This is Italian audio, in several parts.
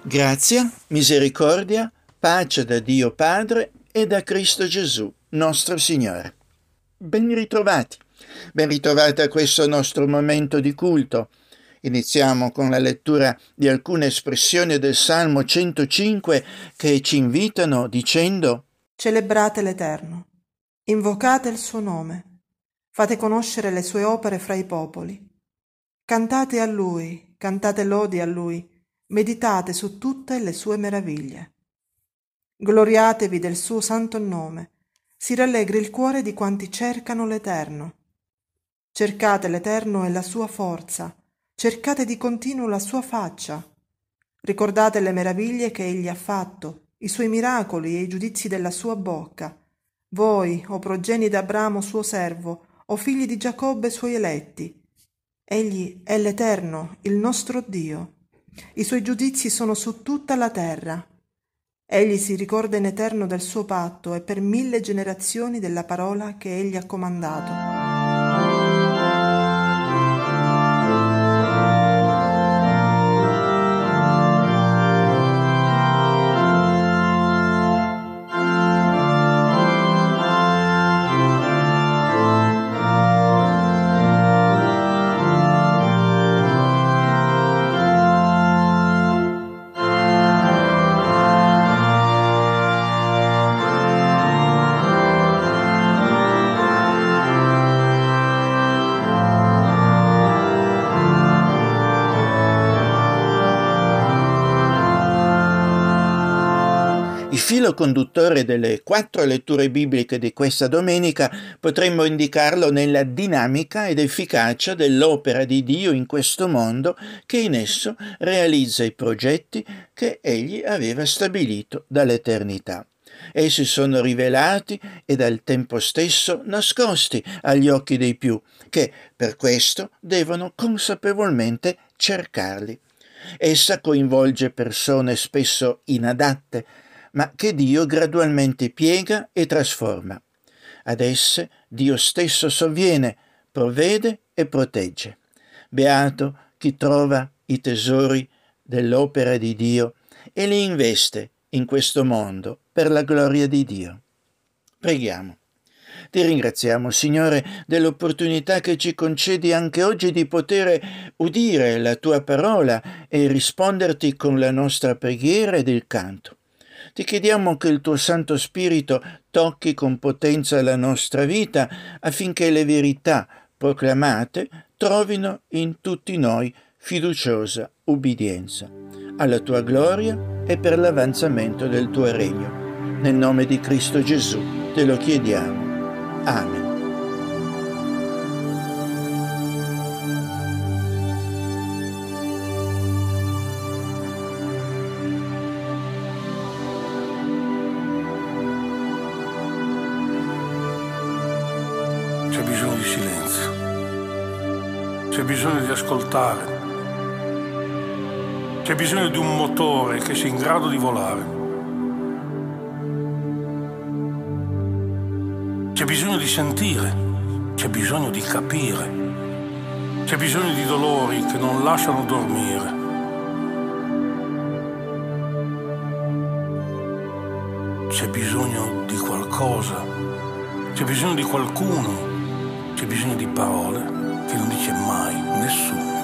Grazia, misericordia, pace da Dio Padre e da Cristo Gesù, nostro Signore. Ben ritrovati a questo nostro momento di culto. Iniziamo con la lettura di alcune espressioni del Salmo 105 che ci invitano dicendo: Celebrate l'Eterno, invocate il suo nome, fate conoscere le sue opere fra i popoli. Cantate a Lui, cantate lodi a Lui, meditate su tutte le sue meraviglie. Gloriatevi del suo santo nome, si rallegri il cuore di quanti cercano l'Eterno. Cercate l'Eterno e la sua forza, cercate di continuo la sua faccia. Ricordate le meraviglie che egli ha fatto, i suoi miracoli e i giudizi della sua bocca. Voi, o progenie d'Abramo suo servo, o figli di Giacobbe suoi eletti. Egli è l'Eterno, il nostro Dio. I suoi giudizi sono su tutta la terra. Egli si ricorda in eterno del suo patto e per 1000 generazioni della parola che egli ha comandato. Il filo conduttore delle 4 letture bibliche di questa domenica potremmo indicarlo nella dinamica ed efficacia dell'opera di Dio in questo mondo che in esso realizza i progetti che Egli aveva stabilito dall'eternità. Essi sono rivelati ed al tempo stesso nascosti agli occhi dei più, che per questo devono consapevolmente cercarli. Essa coinvolge persone spesso inadatte, ma che Dio gradualmente piega e trasforma. Ad esse Dio stesso sovviene, provvede e protegge. Beato chi trova i tesori dell'opera di Dio e li investe in questo mondo per la gloria di Dio. Preghiamo. Ti ringraziamo, Signore, dell'opportunità che ci concedi anche oggi di poter udire la Tua parola e risponderti con la nostra preghiera ed il canto. Ti chiediamo che il tuo Santo Spirito tocchi con potenza la nostra vita affinché le verità proclamate trovino in tutti noi fiduciosa ubbidienza. Alla tua gloria e per l'avanzamento del tuo regno. Nel nome di Cristo Gesù te lo chiediamo. Amen. C'è bisogno di silenzio, c'è bisogno di ascoltare, c'è bisogno di un motore che sia in grado di volare, c'è bisogno di sentire, c'è bisogno di capire, c'è bisogno di dolori che non lasciano dormire. C'è bisogno di qualcosa, c'è bisogno di qualcuno. C'è bisogno di parole che non dice mai nessuno.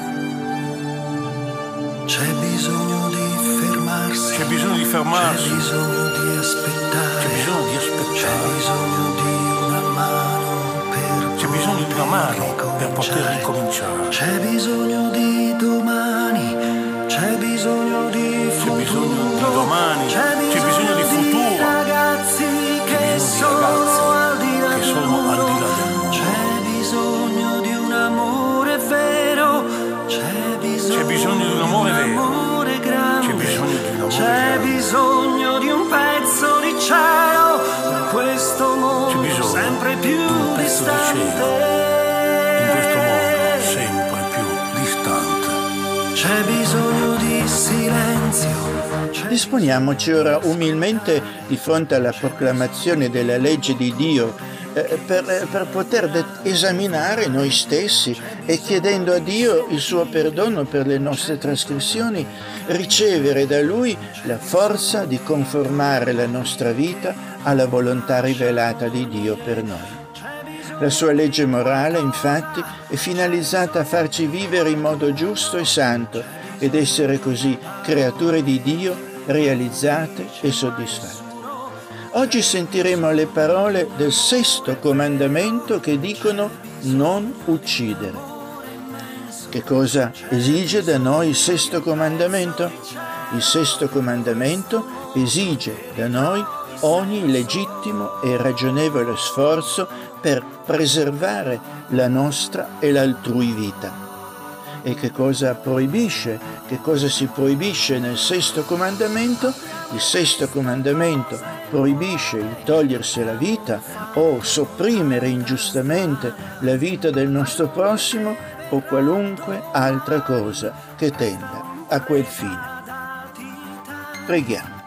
C'è bisogno di fermarsi. C'è bisogno di fermarsi. C'è bisogno di aspettare. C'è bisogno di aspettare. C'è bisogno di una mano C'è bisogno di una mano per poter ricominciare. C'è bisogno di domani. C'è bisogno di futuro. C'è bisogno di domani. C'è bisogno di futuro. Ragazzi che sono al di là del mondo. C'è bisogno di un amore vero, c'è bisogno di un amore grande, c'è bisogno di un amore c'è grande. bisogno di un pezzo di cielo in questo mondo sempre più distante. In questo mondo sempre più distante. C'è bisogno di silenzio. Disponiamoci ora umilmente di fronte alla proclamazione della legge di Dio per poter esaminare noi stessi e, chiedendo a Dio il suo perdono per le nostre trasgressioni, ricevere da Lui la forza di conformare la nostra vita alla volontà rivelata di Dio per noi. La sua legge morale, infatti, è finalizzata a farci vivere in modo giusto e santo ed essere così creature di Dio realizzate e soddisfatte. Oggi sentiremo le parole del sesto comandamento che dicono non uccidere. Che cosa esige da noi il sesto comandamento? Il sesto comandamento esige da noi ogni legittimo e ragionevole sforzo per preservare la nostra e l'altrui vita. E che cosa proibisce? Che cosa si proibisce nel sesto comandamento? Il sesto comandamento proibisce il togliersi la vita o sopprimere ingiustamente la vita del nostro prossimo o qualunque altra cosa che tenda a quel fine. Preghiamo.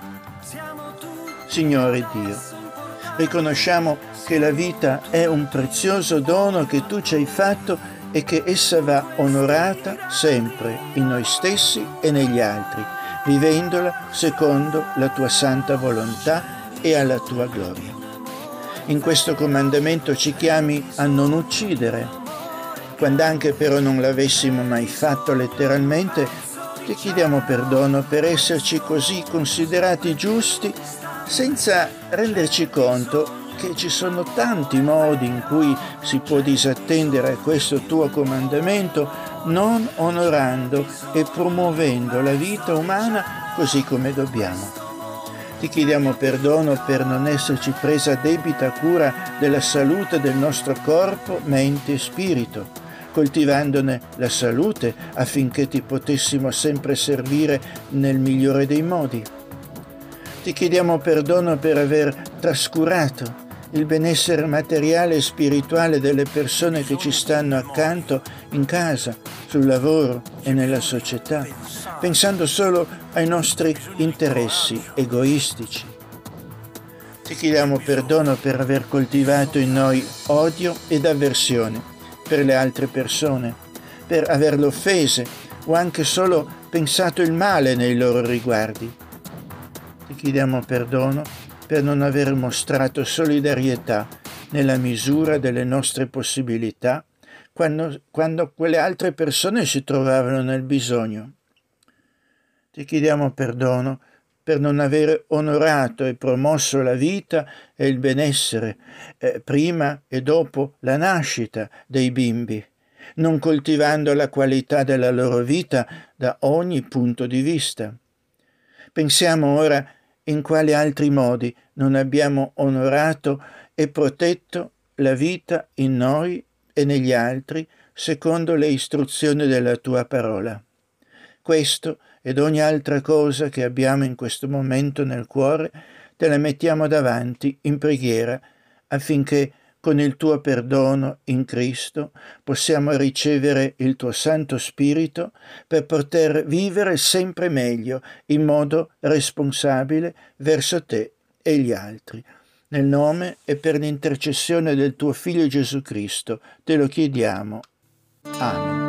Signore Dio, riconosciamo che la vita è un prezioso dono che Tu ci hai fatto e che essa va onorata sempre in noi stessi e negli altri, vivendola secondo la Tua santa volontà e alla Tua gloria. In questo comandamento ci chiami a non uccidere. Quando anche però non l'avessimo mai fatto letteralmente, Ti chiediamo perdono per esserci così considerati giusti senza renderci conto che ci sono tanti modi in cui si può disattendere a questo Tuo comandamento, non onorando e promuovendo la vita umana così come dobbiamo. Ti chiediamo perdono per non esserci presa debita cura della salute del nostro corpo, mente e spirito, coltivandone la salute affinché Ti potessimo sempre servire nel migliore dei modi. Ti chiediamo perdono per aver trascurato il benessere materiale e spirituale delle persone che ci stanno accanto in casa, sul lavoro e nella società, pensando solo ai nostri interessi egoistici. Ti chiediamo perdono per aver coltivato in noi odio ed avversione per le altre persone, per averle offese o anche solo pensato il male nei loro riguardi. Ti chiediamo perdono per non aver mostrato solidarietà nella misura delle nostre possibilità quando quelle altre persone si trovavano nel bisogno. Ti chiediamo perdono per non aver onorato e promosso la vita e il benessere prima e dopo la nascita dei bimbi, non coltivando la qualità della loro vita da ogni punto di vista. Pensiamo ora in quali altri modi non abbiamo onorato e protetto la vita in noi e negli altri secondo le istruzioni della Tua parola. Questo ed ogni altra cosa che abbiamo in questo momento nel cuore Te la mettiamo davanti in preghiera affinché con il Tuo perdono in Cristo possiamo ricevere il Tuo Santo Spirito per poter vivere sempre meglio in modo responsabile verso Te e gli altri. Nel nome e per l'intercessione del Tuo Figlio Gesù Cristo Te lo chiediamo. Amen.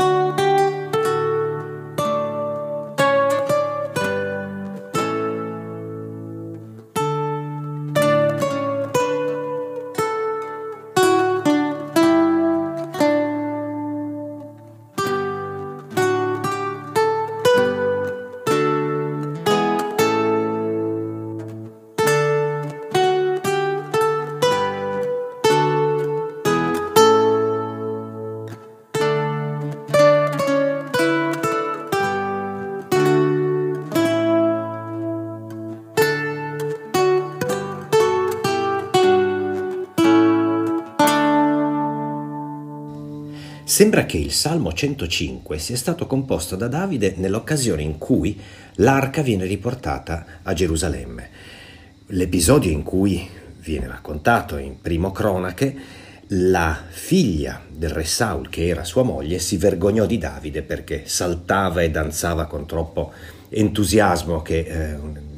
Sembra che il Salmo 105 sia stato composto da Davide nell'occasione in cui l'arca viene riportata a Gerusalemme. L'episodio in cui viene raccontato in Primo Cronache, la figlia del re Saul, che era sua moglie, si vergognò di Davide perché saltava e danzava con troppo entusiasmo, che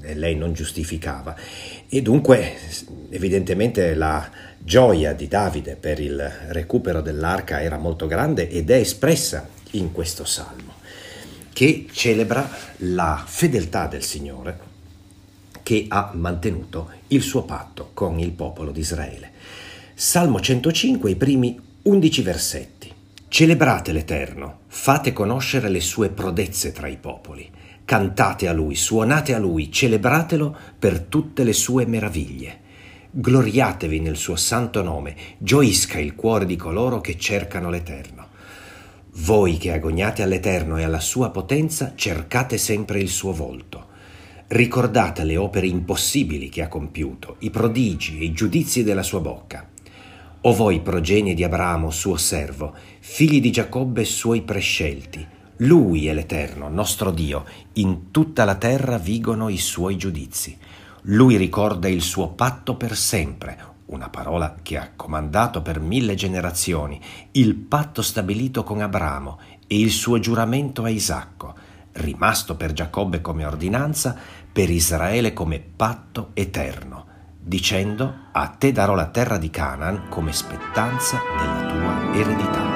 lei non giustificava. E dunque, evidentemente, la gioia di Davide per il recupero dell'arca era molto grande ed è espressa in questo salmo, che celebra la fedeltà del Signore che ha mantenuto il suo patto con il popolo di Israele. Salmo 105, i primi 11 versetti. Celebrate l'Eterno, fate conoscere le sue prodezze tra i popoli. Cantate a Lui, suonate a Lui, celebratelo per tutte le sue meraviglie. Gloriatevi nel suo santo nome, gioisca il cuore di coloro che cercano l'Eterno. Voi che agoniate all'Eterno e alla sua potenza, cercate sempre il suo volto. Ricordate le opere impossibili che ha compiuto, i prodigi e i giudizi della sua bocca. O voi progenie di Abramo, suo servo, figli di Giacobbe, suoi prescelti, Lui è l'Eterno, nostro Dio, in tutta la terra vigono i suoi giudizi. Lui ricorda il suo patto per sempre, una parola che ha comandato per 1000 generazioni, il patto stabilito con Abramo e il suo giuramento a Isacco, rimasto per Giacobbe come ordinanza, per Israele come patto eterno, dicendo: a te darò la terra di Canaan come spettanza della tua eredità.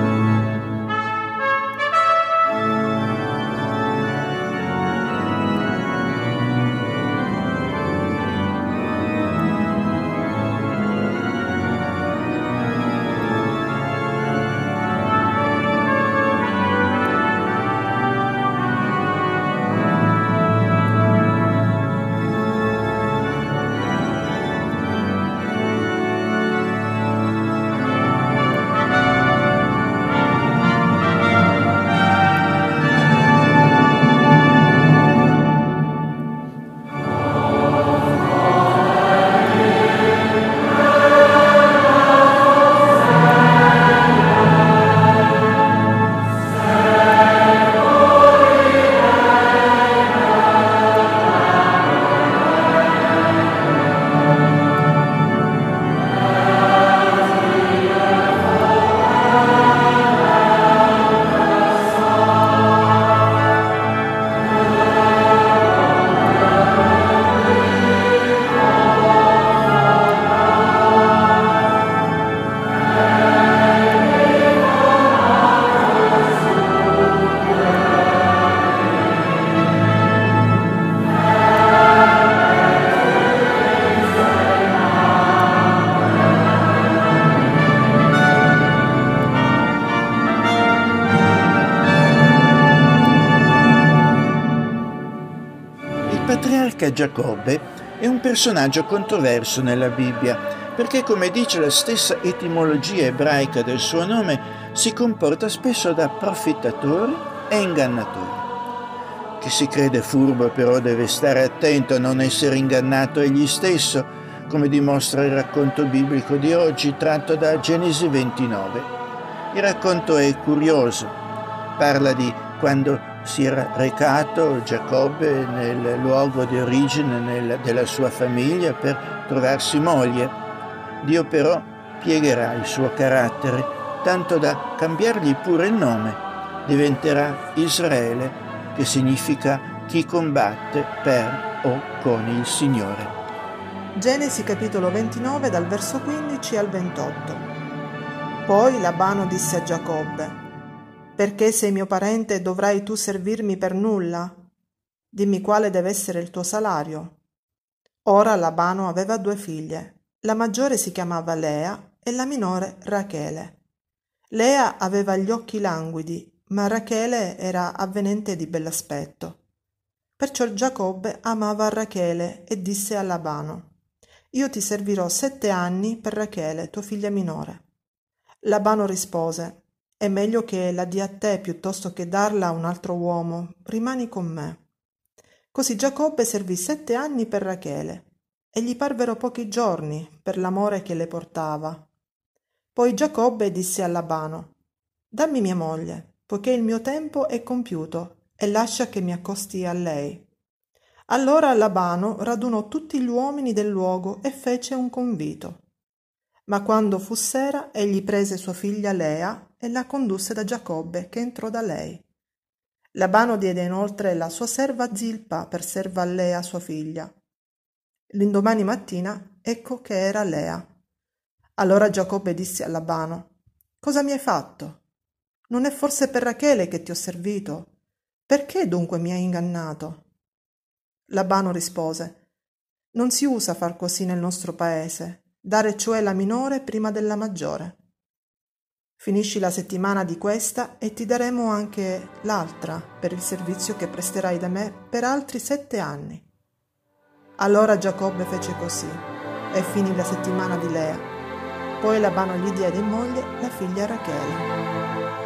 patriarca Giacobbe è un personaggio controverso nella Bibbia, perché, come dice la stessa etimologia ebraica del suo nome, si comporta spesso da approfittatore e ingannatore. Chi si crede furbo però deve stare attento a non essere ingannato egli stesso, come dimostra il racconto biblico di oggi tratto da Genesi 29. Il racconto è curioso, parla di quando si era recato Giacobbe nel luogo di origine della sua famiglia per trovarsi moglie. Dio però piegherà il suo carattere, tanto da cambiargli pure il nome. Diventerà Israele, che significa chi combatte per o con il Signore. Genesi capitolo 29 dal verso 15 al 28. Poi Labano disse a Giacobbe: perché sei mio parente dovrai tu servirmi per nulla? Dimmi quale deve essere il tuo salario. Ora Labano aveva 2 figlie. La maggiore si chiamava Lea e la minore Rachele. Lea aveva gli occhi languidi, ma Rachele era avvenente di bell'aspetto. Perciò Giacobbe amava Rachele e disse a Labano: io ti servirò 7 anni per Rachele, tua figlia minore. Labano rispose: è meglio che la dia a te piuttosto che darla a un altro uomo, rimani con me. Così Giacobbe servì 7 anni per Rachele, e gli parvero pochi giorni per l'amore che le portava. Poi Giacobbe disse a Labano: dammi mia moglie, poiché il mio tempo è compiuto, e lascia che mi accosti a lei. Allora Labano radunò tutti gli uomini del luogo e fece un convito. Ma quando fu sera, egli prese sua figlia Lea e la condusse da Giacobbe, che entrò da lei. Labano diede inoltre la sua serva Zilpa per serva a Lea sua figlia. L'indomani mattina ecco che era Lea. Allora Giacobbe disse a Labano: «Cosa mi hai fatto? Non è forse per Rachele che ti ho servito? Perché dunque mi hai ingannato?» Labano rispose: «Non si usa far così nel nostro paese, dare cioè la minore prima della maggiore. Finisci la settimana di questa e ti daremo anche l'altra per il servizio che presterai da me per altri 7 anni». Allora Giacobbe fece così e finì la settimana di Lea. Poi Labano gli diede in moglie la figlia Rachele.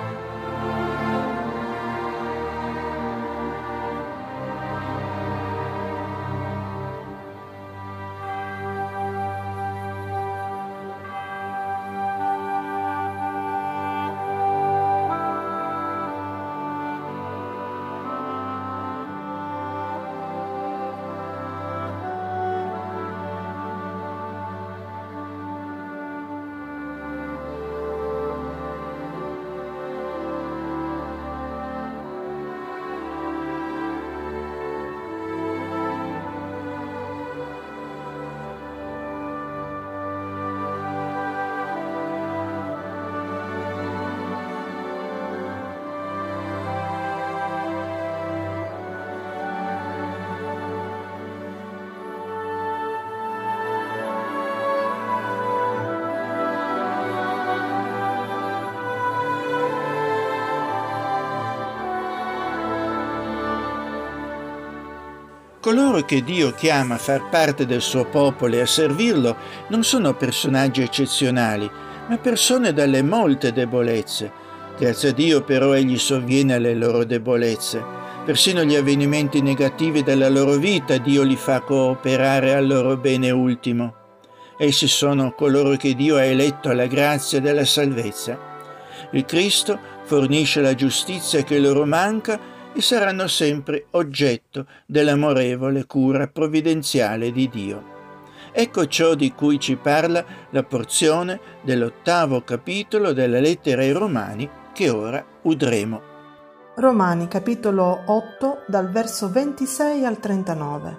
Coloro che Dio chiama a far parte del suo popolo e a servirlo non sono personaggi eccezionali, ma persone dalle molte debolezze. Grazie a Dio però Egli sovviene alle loro debolezze. Persino gli avvenimenti negativi della loro vita Dio li fa cooperare al loro bene ultimo. Essi sono coloro che Dio ha eletto alla grazia della salvezza. Il Cristo fornisce la giustizia che loro manca e saranno sempre oggetto dell'amorevole cura provvidenziale di Dio. Ecco ciò di cui ci parla la porzione dell'8° capitolo della lettera ai Romani che ora udremo. Romani capitolo 8 dal verso 26 al 39.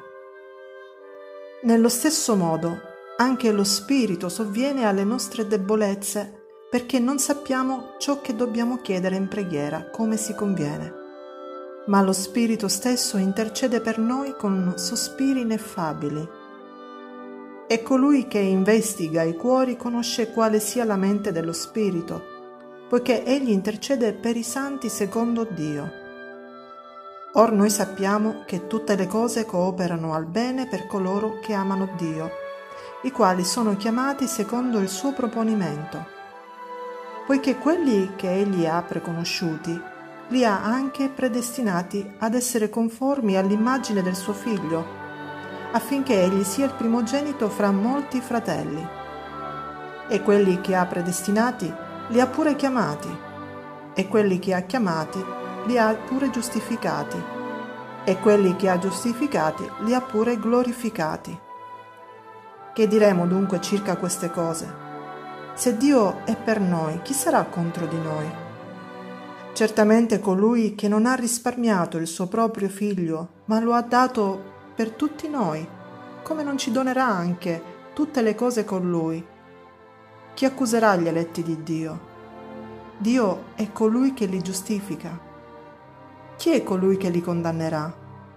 Nello stesso modo anche lo Spirito sovviene alle nostre debolezze perché non sappiamo ciò che dobbiamo chiedere in preghiera come si conviene. Ma lo Spirito stesso intercede per noi con sospiri ineffabili. E colui che investiga i cuori conosce quale sia la mente dello Spirito, poiché egli intercede per i santi secondo Dio. Or noi sappiamo che tutte le cose cooperano al bene per coloro che amano Dio, i quali sono chiamati secondo il suo proponimento. Poiché quelli che egli ha preconosciuti, li ha anche predestinati ad essere conformi all'immagine del suo Figlio, affinché egli sia il primogenito fra molti fratelli. E quelli che ha predestinati li ha pure chiamati, e quelli che ha chiamati li ha pure giustificati, e quelli che ha giustificati li ha pure glorificati. Che diremo dunque circa queste cose? Se Dio è per noi, chi sarà contro di noi? Certamente colui che non ha risparmiato il suo proprio figlio, ma lo ha dato per tutti noi, come non ci donerà anche tutte le cose con lui? Chi accuserà gli eletti di Dio? Dio è colui che li giustifica. Chi è colui che li condannerà?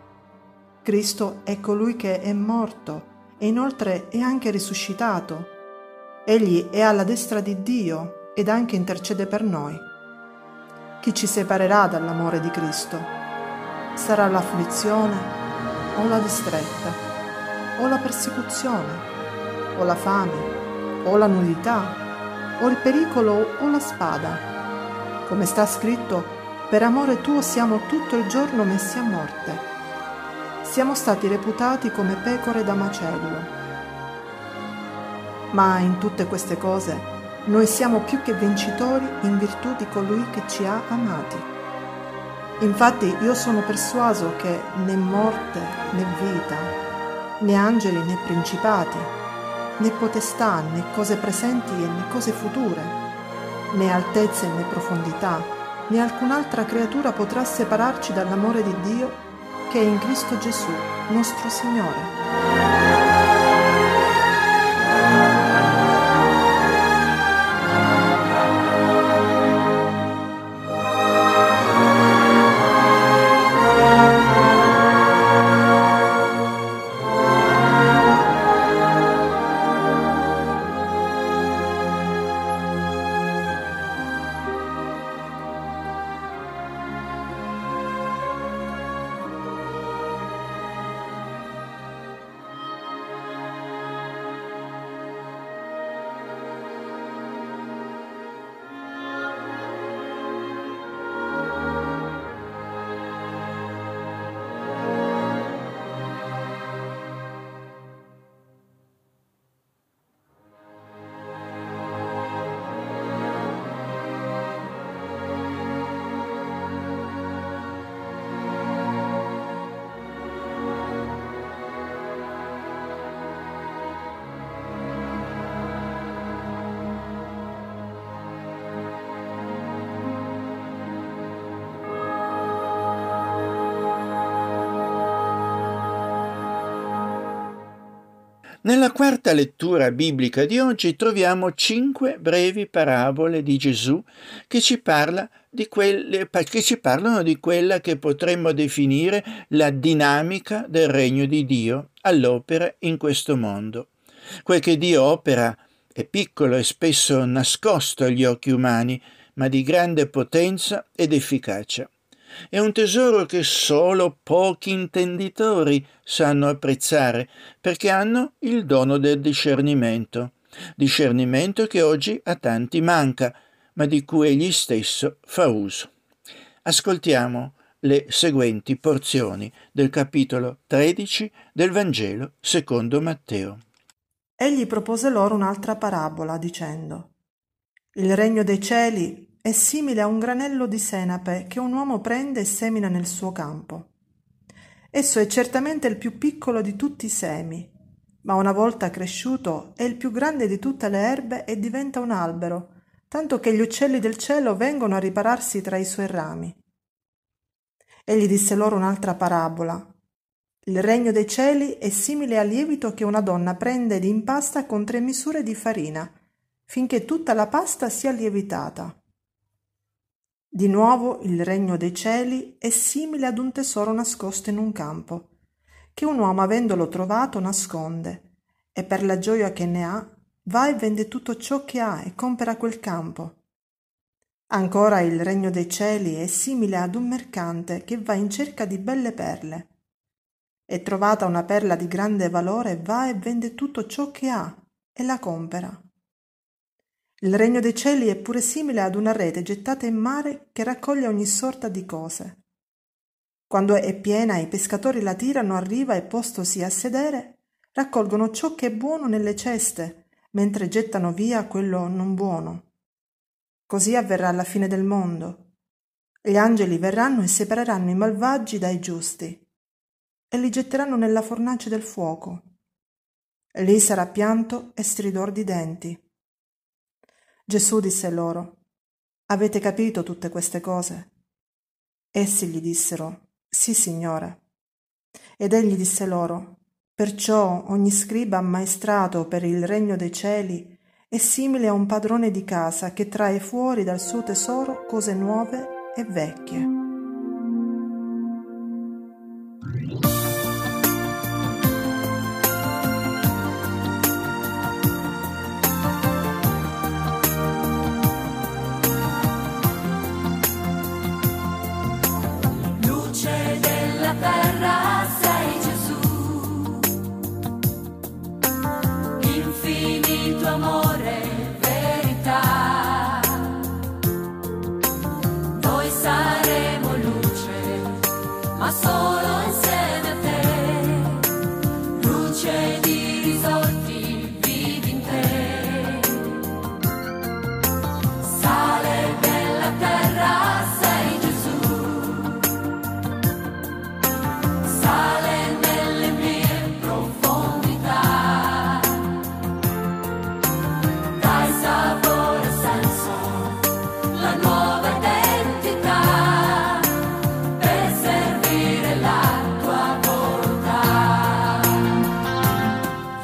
Cristo è colui che è morto e inoltre è anche risuscitato. Egli è alla destra di Dio ed anche intercede per noi. Chi ci separerà dall'amore di Cristo? Sarà l'afflizione o la distretta, o la persecuzione, o la fame, o la nudità, o il pericolo o la spada. Come sta scritto, per amore tuo siamo tutto il giorno messi a morte. Siamo stati reputati come pecore da macello. Ma in tutte queste cose noi siamo più che vincitori in virtù di colui che ci ha amati. Infatti io sono persuaso che né morte né vita, né angeli né principati, né potestà né cose presenti e né cose future, né altezze né profondità, né alcun'altra creatura potrà separarci dall'amore di Dio che è in Cristo Gesù, nostro Signore. Nella quarta lettura biblica di oggi troviamo 5 brevi parabole di Gesù che ci parlano di quella che potremmo definire la dinamica del regno di Dio all'opera in questo mondo. Quel che Dio opera è piccolo e spesso nascosto agli occhi umani, ma di grande potenza ed efficacia. È un tesoro che solo pochi intenditori sanno apprezzare, perché hanno il dono del discernimento che oggi a tanti manca, ma di cui egli stesso fa uso. Ascoltiamo le seguenti porzioni del capitolo 13 del Vangelo secondo Matteo. Egli propose loro un'altra parabola, dicendo: Il regno dei cieli è simile a un granello di senape che un uomo prende e semina nel suo campo. Esso è certamente il più piccolo di tutti i semi, ma una volta cresciuto è il più grande di tutte le erbe e diventa un albero, tanto che gli uccelli del cielo vengono a ripararsi tra i suoi rami. Egli disse loro un'altra parabola. Il regno dei cieli è simile al lievito che una donna prende ed impasta con 3 misure di farina, finché tutta la pasta sia lievitata. Di nuovo il regno dei cieli è simile ad un tesoro nascosto in un campo, che un uomo avendolo trovato nasconde, e per la gioia che ne ha va e vende tutto ciò che ha e compra quel campo. Ancora il regno dei cieli è simile ad un mercante che va in cerca di belle perle. E trovata una perla di grande valore va e vende tutto ciò che ha e la compra. Il regno dei cieli è pure simile ad una rete gettata in mare che raccoglie ogni sorta di cose. Quando è piena i pescatori la tirano a riva e postosi a sedere, raccolgono ciò che è buono nelle ceste, mentre gettano via quello non buono. Così avverrà alla fine del mondo. Gli angeli verranno e separeranno i malvagi dai giusti e li getteranno nella fornace del fuoco. Lì sarà pianto e stridor di denti. Gesù disse loro: Avete capito tutte queste cose? Essi gli dissero: Sì, Signore. Ed egli disse loro: Perciò ogni scriba ammaestrato per il regno dei cieli è simile a un padrone di casa che trae fuori dal suo tesoro cose nuove e vecchie.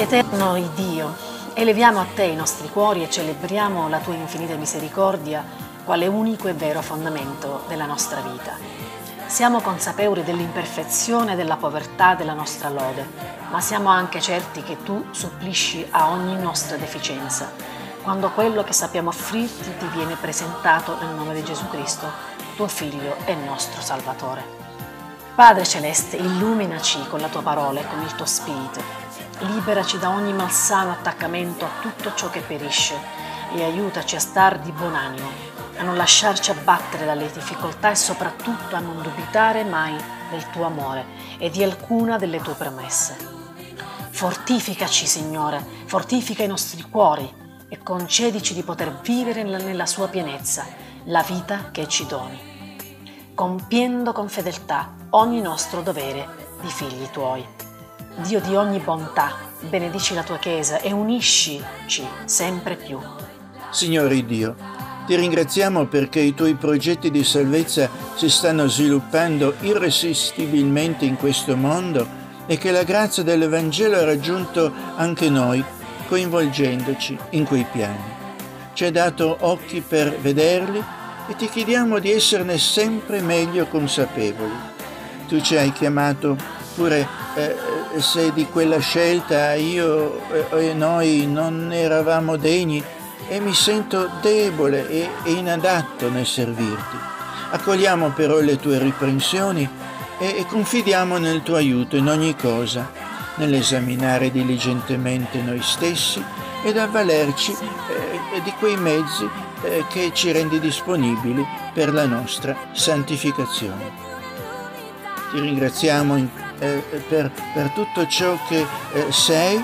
Eterno Dio, eleviamo a Te i nostri cuori e celebriamo la Tua infinita misericordia quale unico e vero fondamento della nostra vita. Siamo consapevoli dell'imperfezione e della povertà della nostra lode, ma siamo anche certi che Tu supplisci a ogni nostra deficienza, quando quello che sappiamo offrirti ti viene presentato nel nome di Gesù Cristo, Tuo Figlio e nostro Salvatore. Padre Celeste, illuminaci con la Tua parola e con il Tuo Spirito. Liberaci da ogni malsano attaccamento a tutto ciò che perisce e aiutaci a star di buon animo, a non lasciarci abbattere dalle difficoltà e soprattutto a non dubitare mai del Tuo amore e di alcuna delle Tue promesse. Fortificaci, Signore, fortifica i nostri cuori e concedici di poter vivere nella Sua pienezza la vita che ci doni, compiendo con fedeltà ogni nostro dovere di figli Tuoi. Dio di ogni bontà, benedici la Tua Chiesa e uniscici sempre più. Signore Dio, ti ringraziamo perché i Tuoi progetti di salvezza si stanno sviluppando irresistibilmente in questo mondo e che la grazia dell'Evangelo ha raggiunto anche noi, coinvolgendoci in quei piani. Ci hai dato occhi per vederli e ti chiediamo di esserne sempre meglio consapevoli. Tu ci hai chiamato pure se di quella scelta io e noi non eravamo degni e mi sento debole e inadatto nel servirti. Accogliamo però le Tue riprensioni e confidiamo nel Tuo aiuto in ogni cosa, nell'esaminare diligentemente noi stessi ed avvalerci di quei mezzi che ci rendi disponibili per la nostra santificazione. Ti ringraziamo per tutto ciò che sei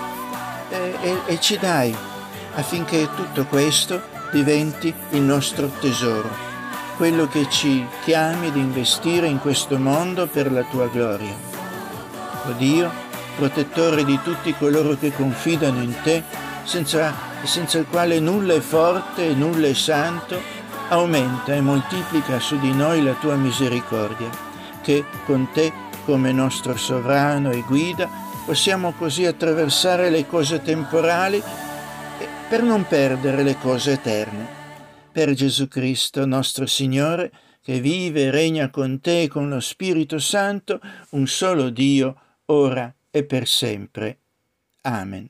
e ci dai, affinché tutto questo diventi il nostro tesoro, quello che ci chiami di investire in questo mondo per la Tua gloria. O Dio, protettore di tutti coloro che confidano in Te, senza il quale nulla è forte e nulla è santo, aumenta e moltiplica su di noi la Tua misericordia, che con Te come nostro sovrano e guida, possiamo così attraversare le cose temporali per non perdere le cose eterne. Per Gesù Cristo, nostro Signore, che vive e regna con Te e con lo Spirito Santo, un solo Dio, ora e per sempre. Amen.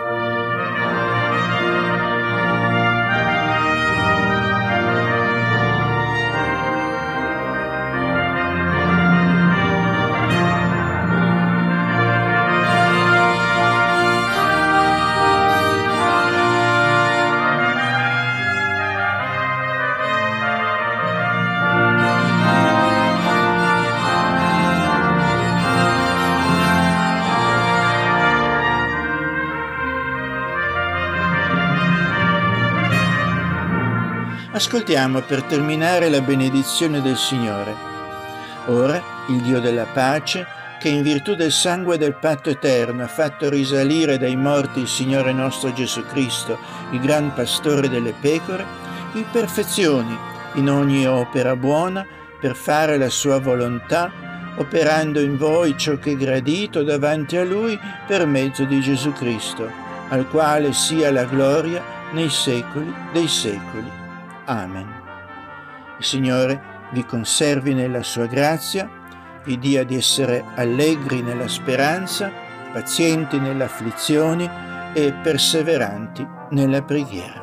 Ascoltiamo per terminare la benedizione del Signore. Ora il Dio della pace, che in virtù del sangue del patto eterno ha fatto risalire dai morti il Signore nostro Gesù Cristo, il gran pastore delle pecore, vi perfezioni in ogni opera buona per fare la sua volontà, operando in voi ciò che è gradito davanti a Lui per mezzo di Gesù Cristo, al quale sia la gloria nei secoli dei secoli. Amen. Il Signore vi conservi nella sua grazia, vi dia di essere allegri nella speranza, pazienti nelle afflizioni e perseveranti nella preghiera.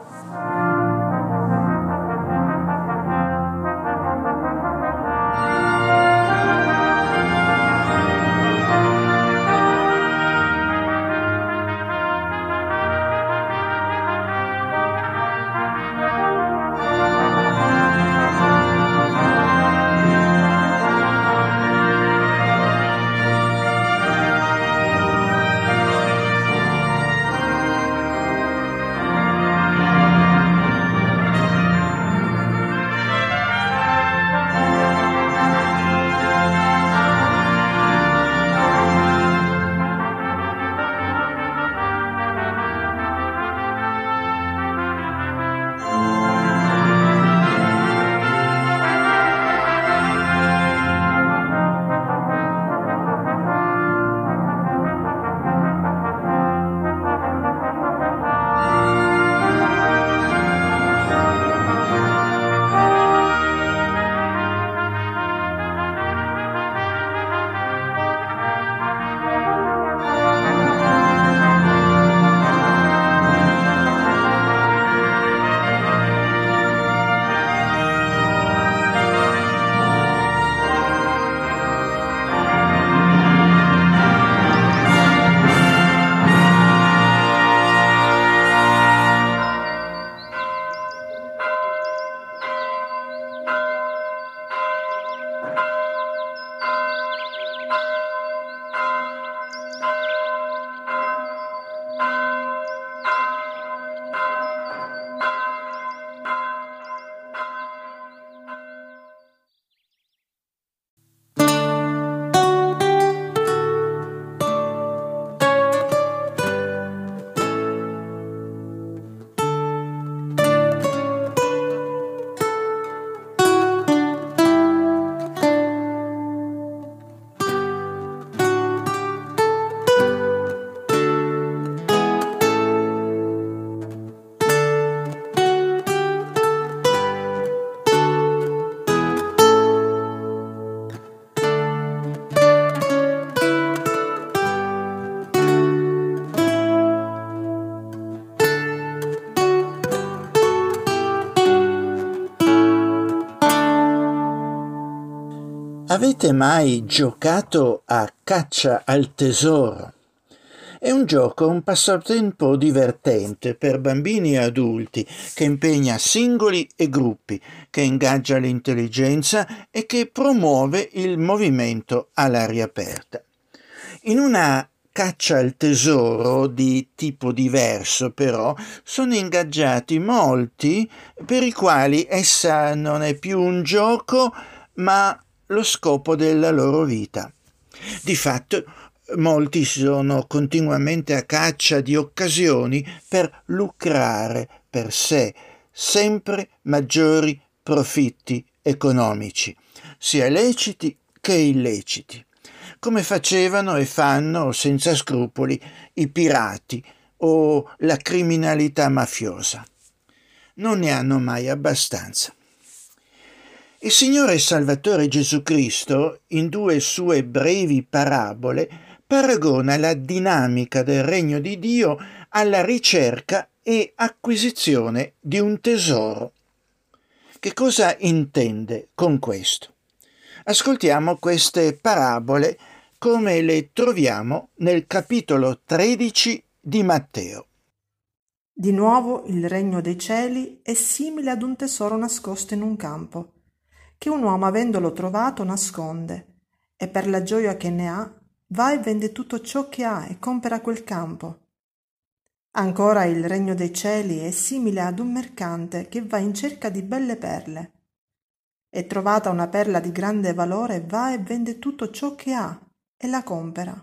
Avete mai giocato a caccia al tesoro? È un gioco, un passatempo divertente per bambini e adulti che impegna singoli e gruppi, che ingaggia l'intelligenza e che promuove il movimento all'aria aperta. In una caccia al tesoro di tipo diverso, però, sono ingaggiati molti per i quali essa non è più un gioco, ma lo scopo della loro vita. Di fatto, molti sono continuamente a caccia di occasioni per lucrare per sé sempre maggiori profitti economici, sia leciti che illeciti, come facevano e fanno senza scrupoli i pirati o la criminalità mafiosa. Non ne hanno mai abbastanza. Il Signore Salvatore Gesù Cristo, in 2 sue brevi parabole, paragona la dinamica del regno di Dio alla ricerca e acquisizione di un tesoro. Che cosa intende con questo? Ascoltiamo queste parabole come le troviamo nel capitolo 13 di Matteo. Di nuovo il regno dei cieli è simile ad un tesoro nascosto in un campo, che un uomo avendolo trovato nasconde, e per la gioia che ne ha va e vende tutto ciò che ha e compra quel campo. Ancora il regno dei cieli è simile ad un mercante che va in cerca di belle perle. E trovata una perla di grande valore va e vende tutto ciò che ha e la compra.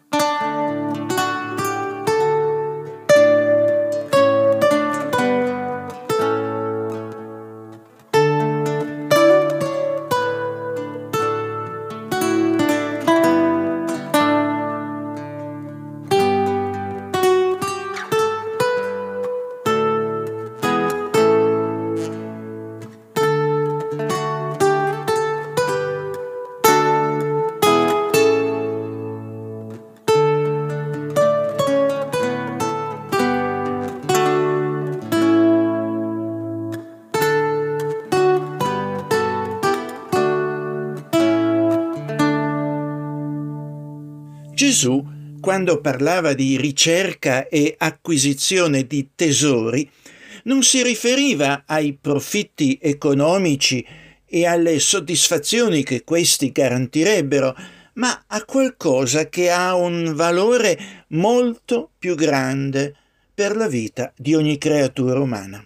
Gesù, quando parlava di ricerca e acquisizione di tesori, non si riferiva ai profitti economici e alle soddisfazioni che questi garantirebbero, ma a qualcosa che ha un valore molto più grande per la vita di ogni creatura umana.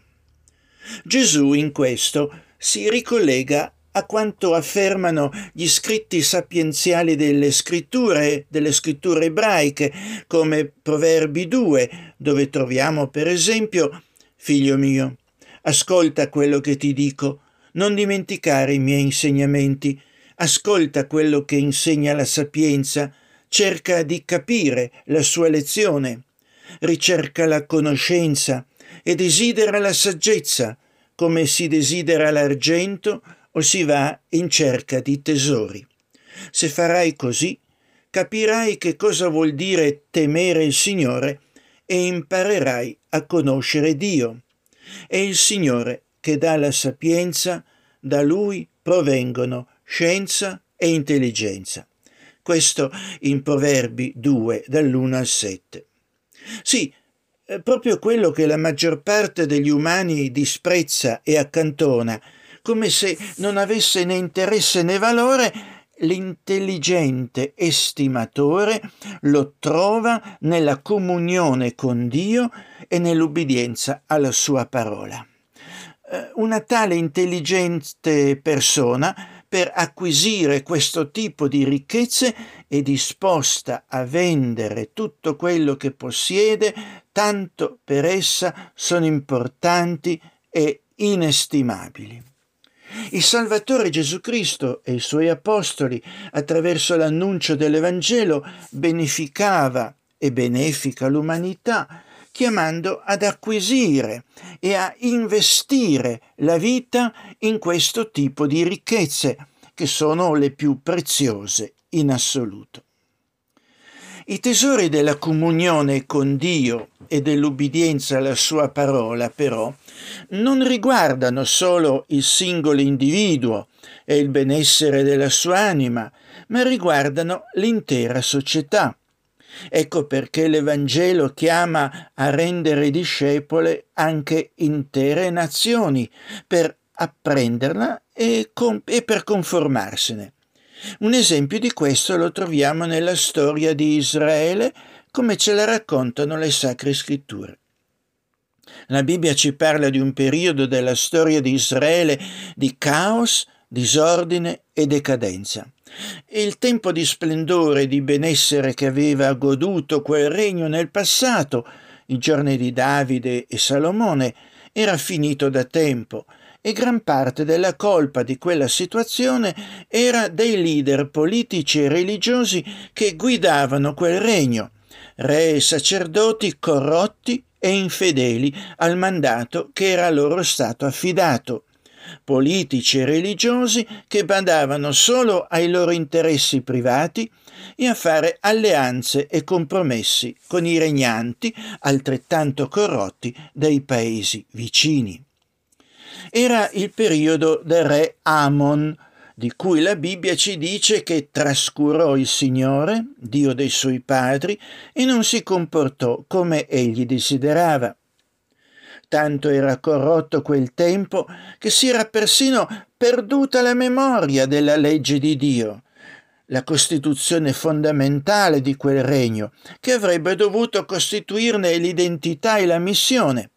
Gesù in questo si ricollega a quanto affermano gli scritti sapienziali delle scritture ebraiche, come Proverbi 2, dove troviamo per esempio: «Figlio mio, ascolta quello che ti dico, non dimenticare i miei insegnamenti, ascolta quello che insegna la sapienza, cerca di capire la sua lezione, ricerca la conoscenza e desidera la saggezza, come si desidera l'argento o si va in cerca di tesori. Se farai così, capirai che cosa vuol dire temere il Signore e imparerai a conoscere Dio. È il Signore che dà la sapienza, da Lui provengono scienza e intelligenza». Questo in Proverbi 2, dall'1 al 7. Sì, proprio quello che la maggior parte degli umani disprezza e accantona, come se non avesse né interesse né valore, l'intelligente estimatore lo trova nella comunione con Dio e nell'ubbidienza alla sua parola. Una tale intelligente persona, per acquisire questo tipo di ricchezze, è disposta a vendere tutto quello che possiede, tanto per essa sono importanti e inestimabili. Il Salvatore Gesù Cristo e i suoi apostoli, attraverso l'annuncio dell'Evangelo, beneficava e benefica l'umanità, chiamando ad acquisire e a investire la vita in questo tipo di ricchezze, che sono le più preziose in assoluto. I tesori della comunione con Dio e dell'ubbidienza alla sua parola, però, non riguardano solo il singolo individuo e il benessere della sua anima, ma riguardano l'intera società. Ecco perché l'Evangelo chiama a rendere discepole anche intere nazioni, per apprenderla e per conformarsene. Un esempio di questo lo troviamo nella storia di Israele, come ce la raccontano le Sacre Scritture. La Bibbia ci parla di un periodo della storia di Israele di caos, disordine e decadenza. Il tempo di splendore e di benessere che aveva goduto quel regno nel passato, i giorni di Davide e Salomone, era finito da tempo, e gran parte della colpa di quella situazione era dei leader politici e religiosi che guidavano quel regno, re e sacerdoti corrotti e infedeli al mandato che era loro stato affidato, politici e religiosi che badavano solo ai loro interessi privati e a fare alleanze e compromessi con i regnanti altrettanto corrotti dei paesi vicini. Era il periodo del re Amon, di cui la Bibbia ci dice che trascurò il Signore, Dio dei suoi padri, e non si comportò come egli desiderava. Tanto era corrotto quel tempo che si era persino perduta la memoria della legge di Dio, la costituzione fondamentale di quel regno, che avrebbe dovuto costituirne l'identità e la missione.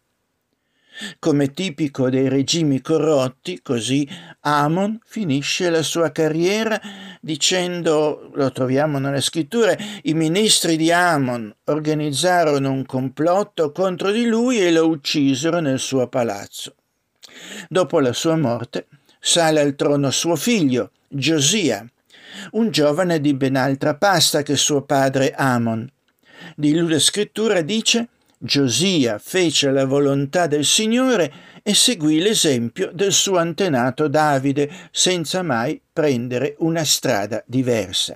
Come tipico dei regimi corrotti, così Amon finisce la sua carriera dicendo, lo troviamo nelle scritture, i ministri di Amon organizzarono un complotto contro di lui e lo uccisero nel suo palazzo. Dopo la sua morte sale al trono suo figlio, Giosia, un giovane di ben altra pasta che suo padre Amon. Di lui la scrittura dice: Giosia fece la volontà del Signore e seguì l'esempio del suo antenato Davide, senza mai prendere una strada diversa.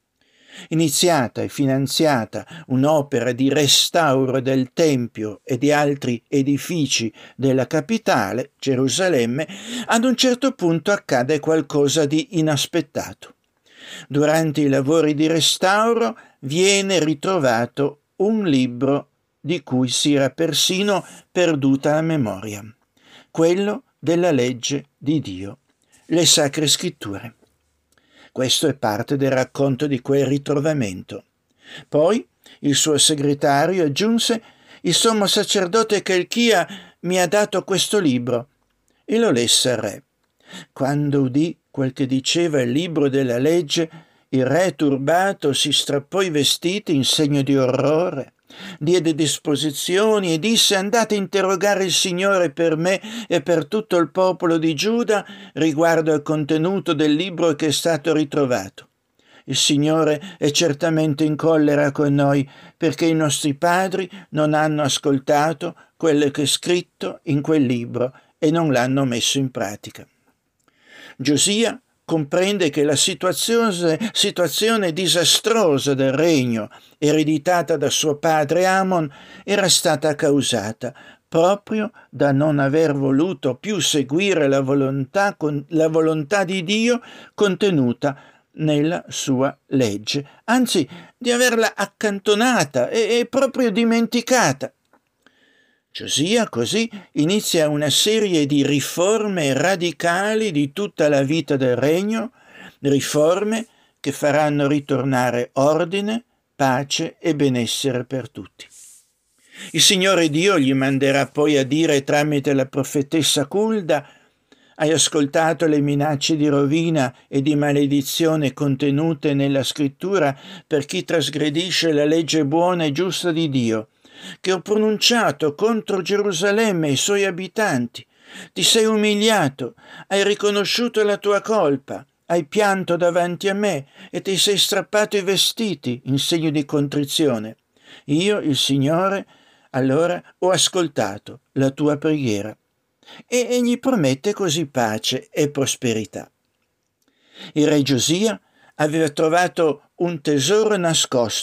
Iniziata e finanziata un'opera di restauro del Tempio e di altri edifici della capitale, Gerusalemme, ad un certo punto accade qualcosa di inaspettato. Durante i lavori di restauro viene ritrovato un libro di cui si era persino perduta la memoria, quello della legge di Dio, le Sacre Scritture. Questo è parte del racconto di quel ritrovamento. Poi il suo segretario aggiunse: il sommo sacerdote Chelchia mi ha dato questo libro, e lo lesse al re. Quando udì quel che diceva il libro della legge, il re turbato si strappò i vestiti in segno di orrore, diede disposizioni e disse: andate a interrogare il Signore per me e per tutto il popolo di Giuda riguardo al contenuto del libro che è stato ritrovato. Il Signore è certamente in collera con noi, perché i nostri padri non hanno ascoltato quello che è scritto in quel libro e non l'hanno messo in pratica. Giosia comprende che la situazione disastrosa del regno, ereditata da suo padre Amon, era stata causata proprio da non aver voluto più seguire la volontà di Dio contenuta nella sua legge, anzi di averla accantonata e proprio dimenticata. Giosia così inizia una serie di riforme radicali di tutta la vita del regno, riforme che faranno ritornare ordine, pace e benessere per tutti. Il Signore Dio gli manderà poi a dire tramite la profetessa Culda: hai ascoltato le minacce di rovina e di maledizione contenute nella scrittura per chi trasgredisce la legge buona e giusta di Dio, che ho pronunciato contro Gerusalemme e i suoi abitanti. Ti sei umiliato, hai riconosciuto la tua colpa, hai pianto davanti a me e ti sei strappato i vestiti in segno di contrizione. Io, il Signore, allora ho ascoltato la tua preghiera. E gli promette così pace e prosperità. Il re Giosia aveva trovato un tesoro nascosto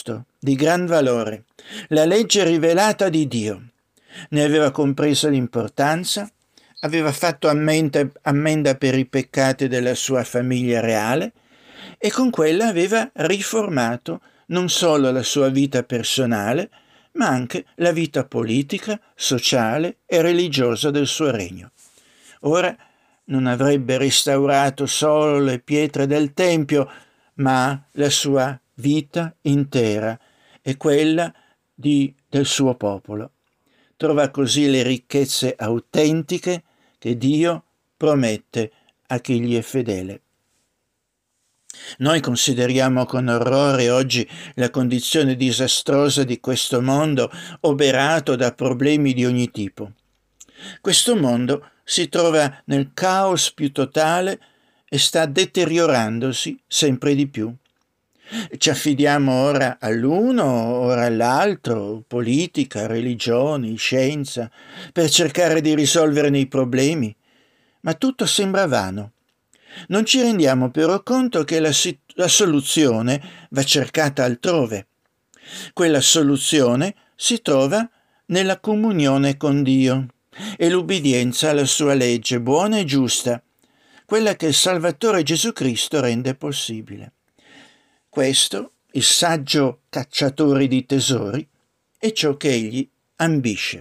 di gran valore, la legge rivelata di Dio. Ne aveva compreso l'importanza, aveva fatto ammenda per i peccati della sua famiglia reale e con quella aveva riformato non solo la sua vita personale, ma anche la vita politica, sociale e religiosa del suo regno. Ora non avrebbe restaurato solo le pietre del Tempio, ma la sua vita intera e quella del suo popolo. Trova così le ricchezze autentiche che Dio promette a chi gli è fedele. Noi consideriamo con orrore oggi la condizione disastrosa di questo mondo oberato da problemi di ogni tipo. Questo mondo si trova nel caos più totale e sta deteriorandosi sempre di più. Ci affidiamo ora all'uno, ora all'altro, politica, religioni, scienza, per cercare di risolverne i problemi, ma tutto sembra vano. Non ci rendiamo però conto che la soluzione va cercata altrove. Quella soluzione si trova nella comunione con Dio e l'ubbidienza alla sua legge buona e giusta, quella che il Salvatore Gesù Cristo rende possibile. Questo, il saggio cacciatore di tesori, è ciò che egli ambisce.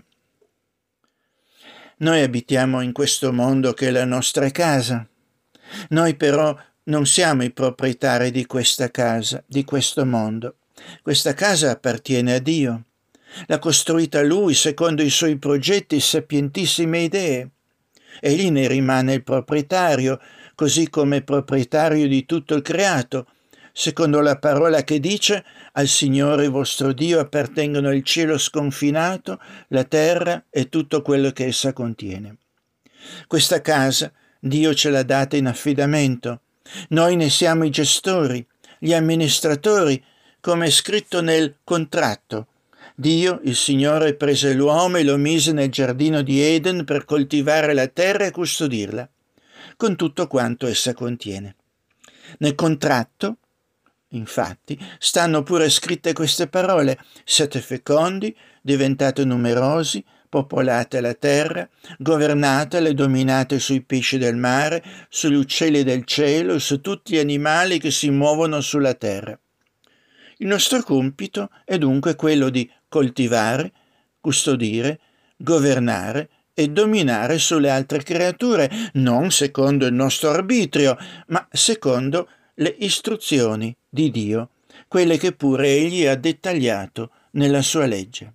Noi abitiamo in questo mondo che è la nostra casa. Noi però non siamo i proprietari di questa casa, di questo mondo. Questa casa appartiene a Dio. L'ha costruita Lui secondo i suoi progetti e sapientissime idee. Egli ne rimane il proprietario, così come proprietario di tutto il creato, secondo la parola che dice: al Signore vostro Dio appartengono il cielo sconfinato, la terra e tutto quello che essa contiene. Questa casa Dio ce l'ha data in affidamento. Noi ne siamo i gestori, gli amministratori, come è scritto nel contratto. Dio, il Signore, prese l'uomo e lo mise nel giardino di Eden per coltivare la terra e custodirla, con tutto quanto essa contiene. Nel contratto, infatti, stanno pure scritte queste parole: siate fecondi, diventate numerosi, popolate la terra, governatela e dominate sui pesci del mare, sugli uccelli del cielo e su tutti gli animali che si muovono sulla terra. Il nostro compito è dunque quello di coltivare, custodire, governare e dominare sulle altre creature, non secondo il nostro arbitrio, ma secondo le istruzioni di Dio, quelle che pure Egli ha dettagliato nella sua legge.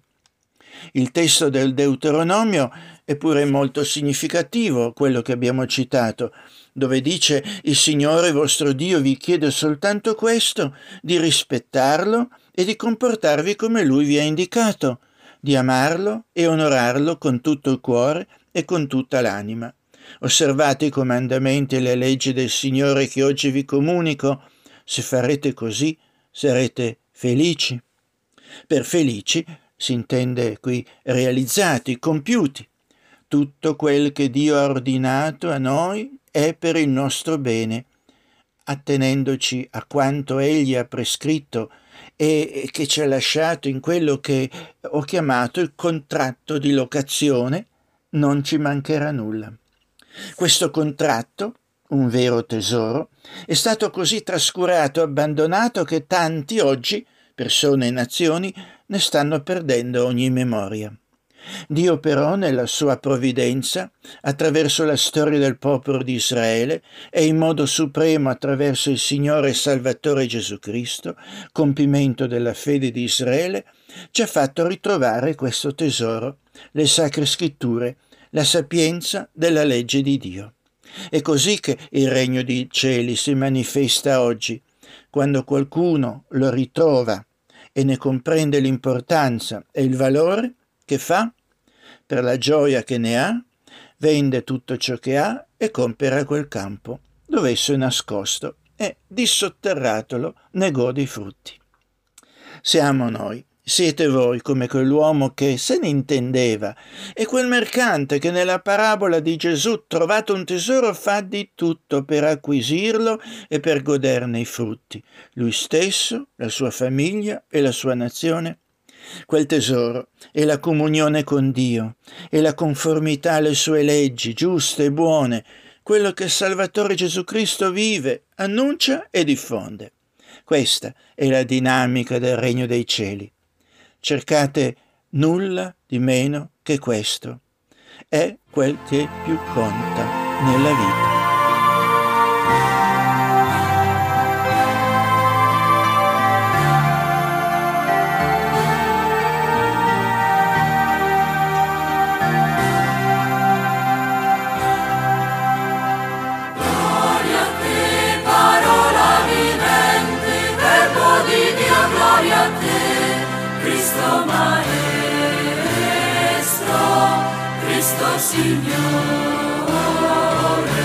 Il testo del Deuteronomio è pure molto significativo, quello che abbiamo citato, dove dice: il Signore vostro Dio vi chiede soltanto questo, di rispettarlo e di comportarvi come Lui vi ha indicato, di amarlo e onorarlo con tutto il cuore e con tutta l'anima. Osservate i comandamenti e le leggi del Signore che oggi vi comunico. Se farete così, sarete felici. Per felici si intende qui realizzati, compiuti. Tutto quel che Dio ha ordinato a noi è per il nostro bene, attenendoci a quanto Egli ha prescritto e che ci ha lasciato in quello che ho chiamato il contratto di locazione, non ci mancherà nulla. Questo contratto, un vero tesoro, è stato così trascurato e abbandonato che tanti oggi, persone e nazioni, ne stanno perdendo ogni memoria. Dio però, nella sua provvidenza, attraverso la storia del popolo di Israele e in modo supremo attraverso il Signore e Salvatore Gesù Cristo, compimento della fede di Israele, ci ha fatto ritrovare questo tesoro, le Sacre Scritture, la sapienza della legge di Dio. È così che il regno dei cieli si manifesta oggi, quando qualcuno lo ritrova e ne comprende l'importanza e il valore. Che fa? Per la gioia che ne ha, vende tutto ciò che ha e compera quel campo dove esso è nascosto e, dissotterratolo, ne gode i frutti. Siamo noi, Siete voi come quell'uomo che se ne intendeva e quel mercante che nella parabola di Gesù, trovato un tesoro, fa di tutto per acquisirlo e per goderne i frutti, lui stesso, la sua famiglia e la sua nazione. Quel tesoro è la comunione con Dio, è la conformità alle sue leggi giuste e buone, quello che il Salvatore Gesù Cristo vive, annuncia e diffonde. Questa è la dinamica del Regno dei Cieli. Cercate nulla di meno che questo. È quel che più conta nella vita. Gloria a te, parola vivente, verbo di Dio, gloria a te. Cristo Maestro, Cristo Signore.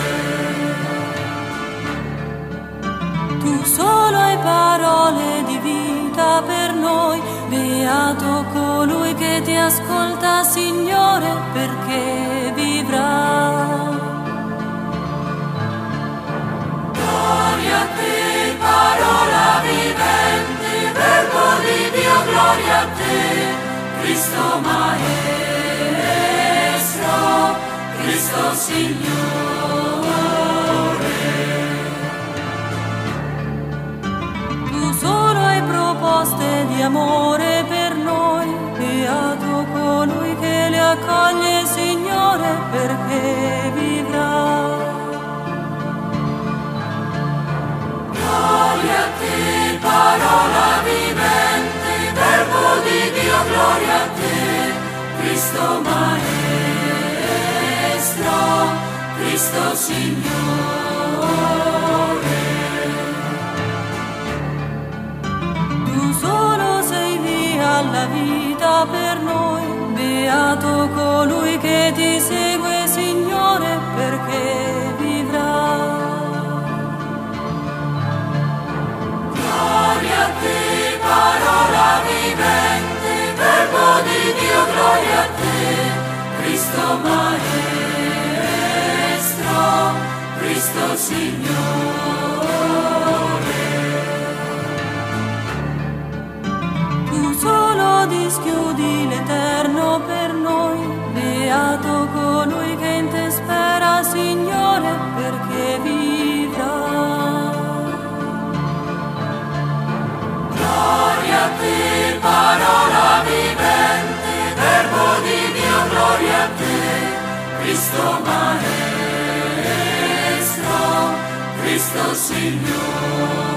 Tu solo hai parole di vita per noi, beato colui che ti ascolta, Signore, perché vivrà. Gloria a te, parola vivente, verbo di Dio, gloria a te, Cristo Maestro, Cristo Signore. Tu solo hai proposte di amore per noi, beato colui che le accoglie, Signore, perché vivrà. Gloria a te, parola vivente, verbo di Dio, gloria a te, Cristo Maestro, Cristo Signore. Tu solo sei via alla vita per noi, beato colui che ti segue, Signore, perché vivrà. Gloria a te, parola vivente, verbo di Dio, gloria a te, Cristo Maestro, Cristo Signore. Tu solo dischiudi l'eterno per noi, beato colui che in te spera, Signore, perché vivrà. Gloria a te, parola vivente, verbo di Dio, gloria a te, Cristo Maestro, Cristo Signore.